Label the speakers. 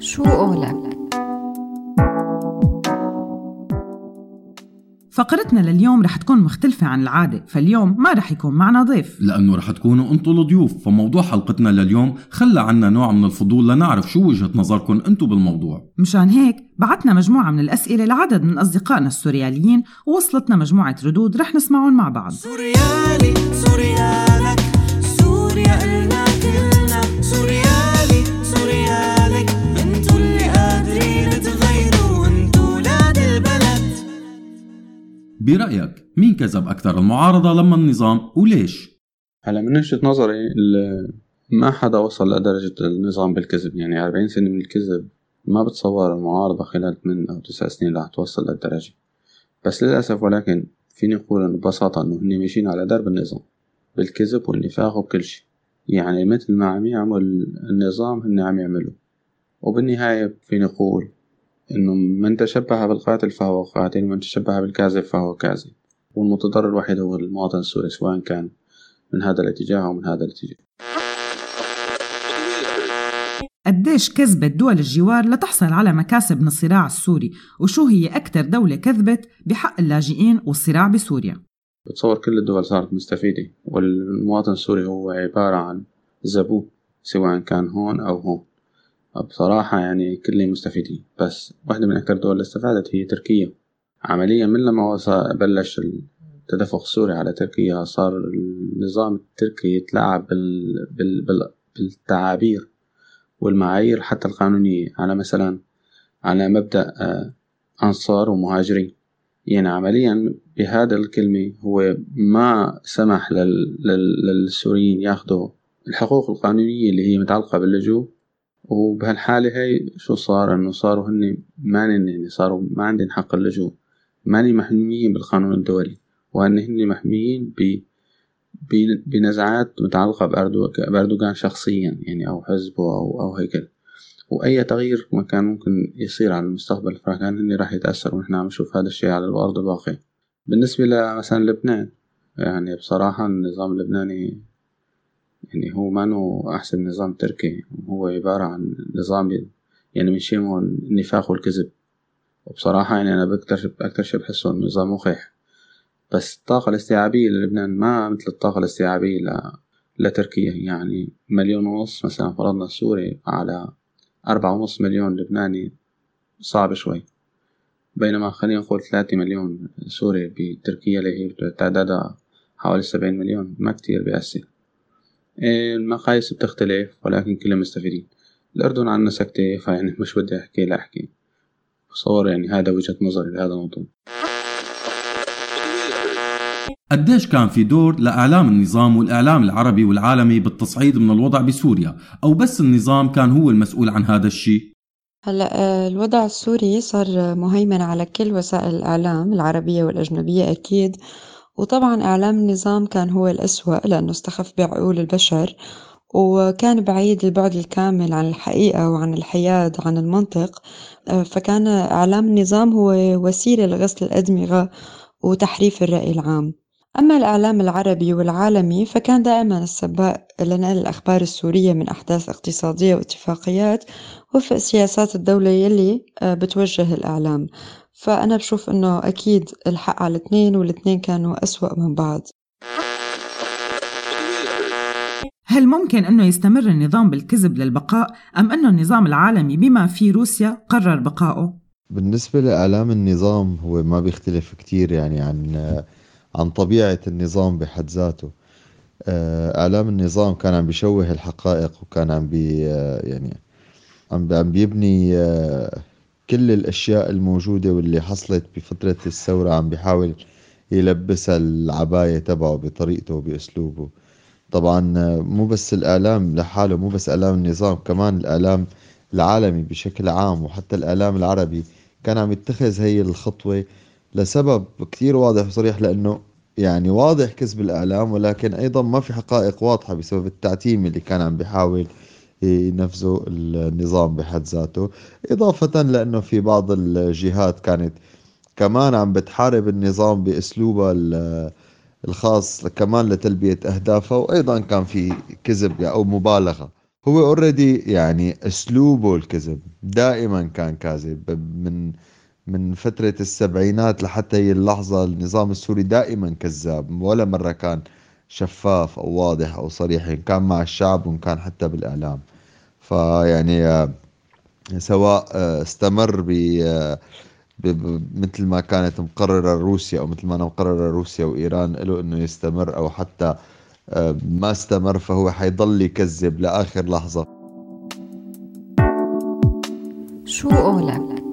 Speaker 1: شو قولك؟
Speaker 2: فقرتنا لليوم رح تكون مختلفة عن العادة، فاليوم ما رح يكون معنا ضيف
Speaker 3: لأنه رح تكونوا انتوا الضيوف. فموضوع حلقتنا لليوم خلى عنا نوع من الفضول لنعرف شو وجهة نظركم انتوا بالموضوع.
Speaker 2: مشان هيك بعتنا مجموعة من الأسئلة لعدد من أصدقائنا السورياليين، ووصلتنا مجموعة ردود رح نسمعهم مع بعض.
Speaker 4: سوريالي سوريالك سوريا إلنا كلنا، سوريالي سوريالك، انتو اللي قادرين تغيروا، انتو ولاد البلد.
Speaker 3: برأيك مين كذب أكثر، المعارضة لما النظام، وليش؟
Speaker 5: هلا من وجهة نظري ما حدا وصل لدرجة النظام بالكذب، يعني 40 سنة من الكذب ما بتصور المعارضة خلال 8 أو 9 سنين راح توصل للدرجة. بس للأسف ولكن فيني أقول ببساطة إنه هني ماشيين على درب النظام بالكذب والنفاق وكل شيء، يعني مثل ما عم يعمل النظام هن عم يعملوا. وبالنهاية فيني أقول إنه من تشبه بالقاتل فهو قاتل، ومن تشبه بالكاذب فهو كاذب، والمتضرر الوحيد هو المواطن السوري، سواء كان من هذا الاتجاه أو من هذا الاتجاه.
Speaker 2: قديش كذبت دول الجوار لتحصل على مكاسب من الصراع السوري، وشو هي أكتر دولة كذبت بحق اللاجئين والصراع بسوريا؟
Speaker 5: بتصور كل الدول صارت مستفيدة، والمواطن السوري هو عبارة عن زبون، سواء كان هون أو هون. بصراحة يعني كلهم مستفيدين، بس واحدة من أكثر الدول اللي استفادت هي تركيا. عمليا من لما بلش التدفق السوري على تركيا صار النظام التركي يتلاعب بالتعابير والمعايير حتى القانونية، على مثلا على مبدأ أنصار ومهاجرين. يعني عمليا بهذا الكلمة هو ما سمح للسوريين ياخدوا الحقوق القانونية اللي هي متعلقة باللجوء. وبهالحالة هاي شو صار؟ إنه صاروا هن صاروا ما عندهم حق اللجوء، ماني محميين بالقانون الدولي، وأن هن محميين بنزعات متعلقة بأردوغان شخصيا، يعني أو حزبه أو هيك. وأي تغيير ما كان ممكن يصير على المستقبل فكان هن راح يتأثروا، ونحن عم نشوف هذا الشيء على الأرض الواقع. بالنسبة لمثلا لبنان، يعني بصراحة النظام اللبناني يعني هو ما هو أحسن نظام تركي، هو عبارة عن نظام يعني من شيء هو النفاق والكذب. وبصراحة يعني أنا أكتر شيء بحسه النظام مخيح. بس الطاقة الاستيعابية للبنان ما مثل الطاقة الاستيعابية لتركيا. يعني 1.5 مليون مثلا فرضنا سوري على 4.5 مليون لبناني صعب شوي، بينما خلينا نقول 3 مليون سوري بتركيا اللي هي تعدادها حوالي 70 مليون ما كتير بيأثر. المقاييس بتختلف ولكن كلهم مستفيدين. الأردن عنا سكتة، فيعني مش بدي أحكي بصور، يعني هذا وجهة نظري لهذا الموضوع.
Speaker 3: قديش كان في دور لإعلام النظام والإعلام العربي والعالمي بالتصعيد من الوضع بسوريا، أو بس النظام كان هو المسؤول عن هذا الشيء؟
Speaker 1: هلأ الوضع السوري صار مهيمن على كل وسائل الإعلام العربية والأجنبية أكيد، وطبعا إعلام النظام كان هو الأسوأ لأنه استخف بعقول البشر، وكان بعيد البعد الكامل عن الحقيقة وعن الحياد عن المنطق. فكان إعلام النظام هو وسيلة لغسل الأدمغة وتحريف الرأي العام. أما الإعلام العربي والعالمي فكان دائما السباق لنقل الأخبار السورية من أحداث اقتصادية واتفاقيات وفق سياسات الدولة يلي بتوجه الإعلام. فأنا بشوف أنه أكيد الحق على الاثنين، والاثنين كانوا أسوأ من بعض.
Speaker 2: هل ممكن أنه يستمر النظام بالكذب للبقاء، أم أنه النظام العالمي بما فيه روسيا قرر بقائه؟
Speaker 6: بالنسبة لإعلام النظام هو ما بيختلف كتير يعني عن طبيعة النظام بحد ذاته. إعلام النظام كان عم بيشوه الحقائق، وكان عم بيبني كل الأشياء الموجودة واللي حصلت بفترة الثورة، عم بيحاول يلبسها العباية تبعه بطريقته وبأسلوبه. طبعا مو بس الإعلام لحاله، مو بس إعلام النظام، كمان الإعلام العالمي بشكل عام وحتى الإعلام العربي كان عم يتخذ هي الخطوة لسبب كتير واضح وصريح، لأنه يعني واضح كذب الإعلام، ولكن أيضا ما في حقائق واضحة بسبب التعتيم اللي كان عم بيحاول ينفذه النظام بحد ذاته. إضافة لأنه في بعض الجهات كانت كمان عم بتحارب النظام بأسلوبها الخاص كمان لتلبية أهدافها، وأيضا كان في كذب أو مبالغة. هو اوريدي يعني اسلوبه الكذب دائما كان كاذب. من فترة السبعينات لحتى هي اللحظة النظام السوري دائما كذاب، ولا مرة كان شفاف أو واضح أو صريح، إن كان مع الشعب وإن كان حتى بالإعلام. فيعني سواء استمر مثل ما كانت مقررة روسيا، أو مثل ما أنا مقررة روسيا وإيران له إنه يستمر، أو حتى ما استمر، فهو حيضل يكذب لآخر لحظة.
Speaker 7: شو قولك؟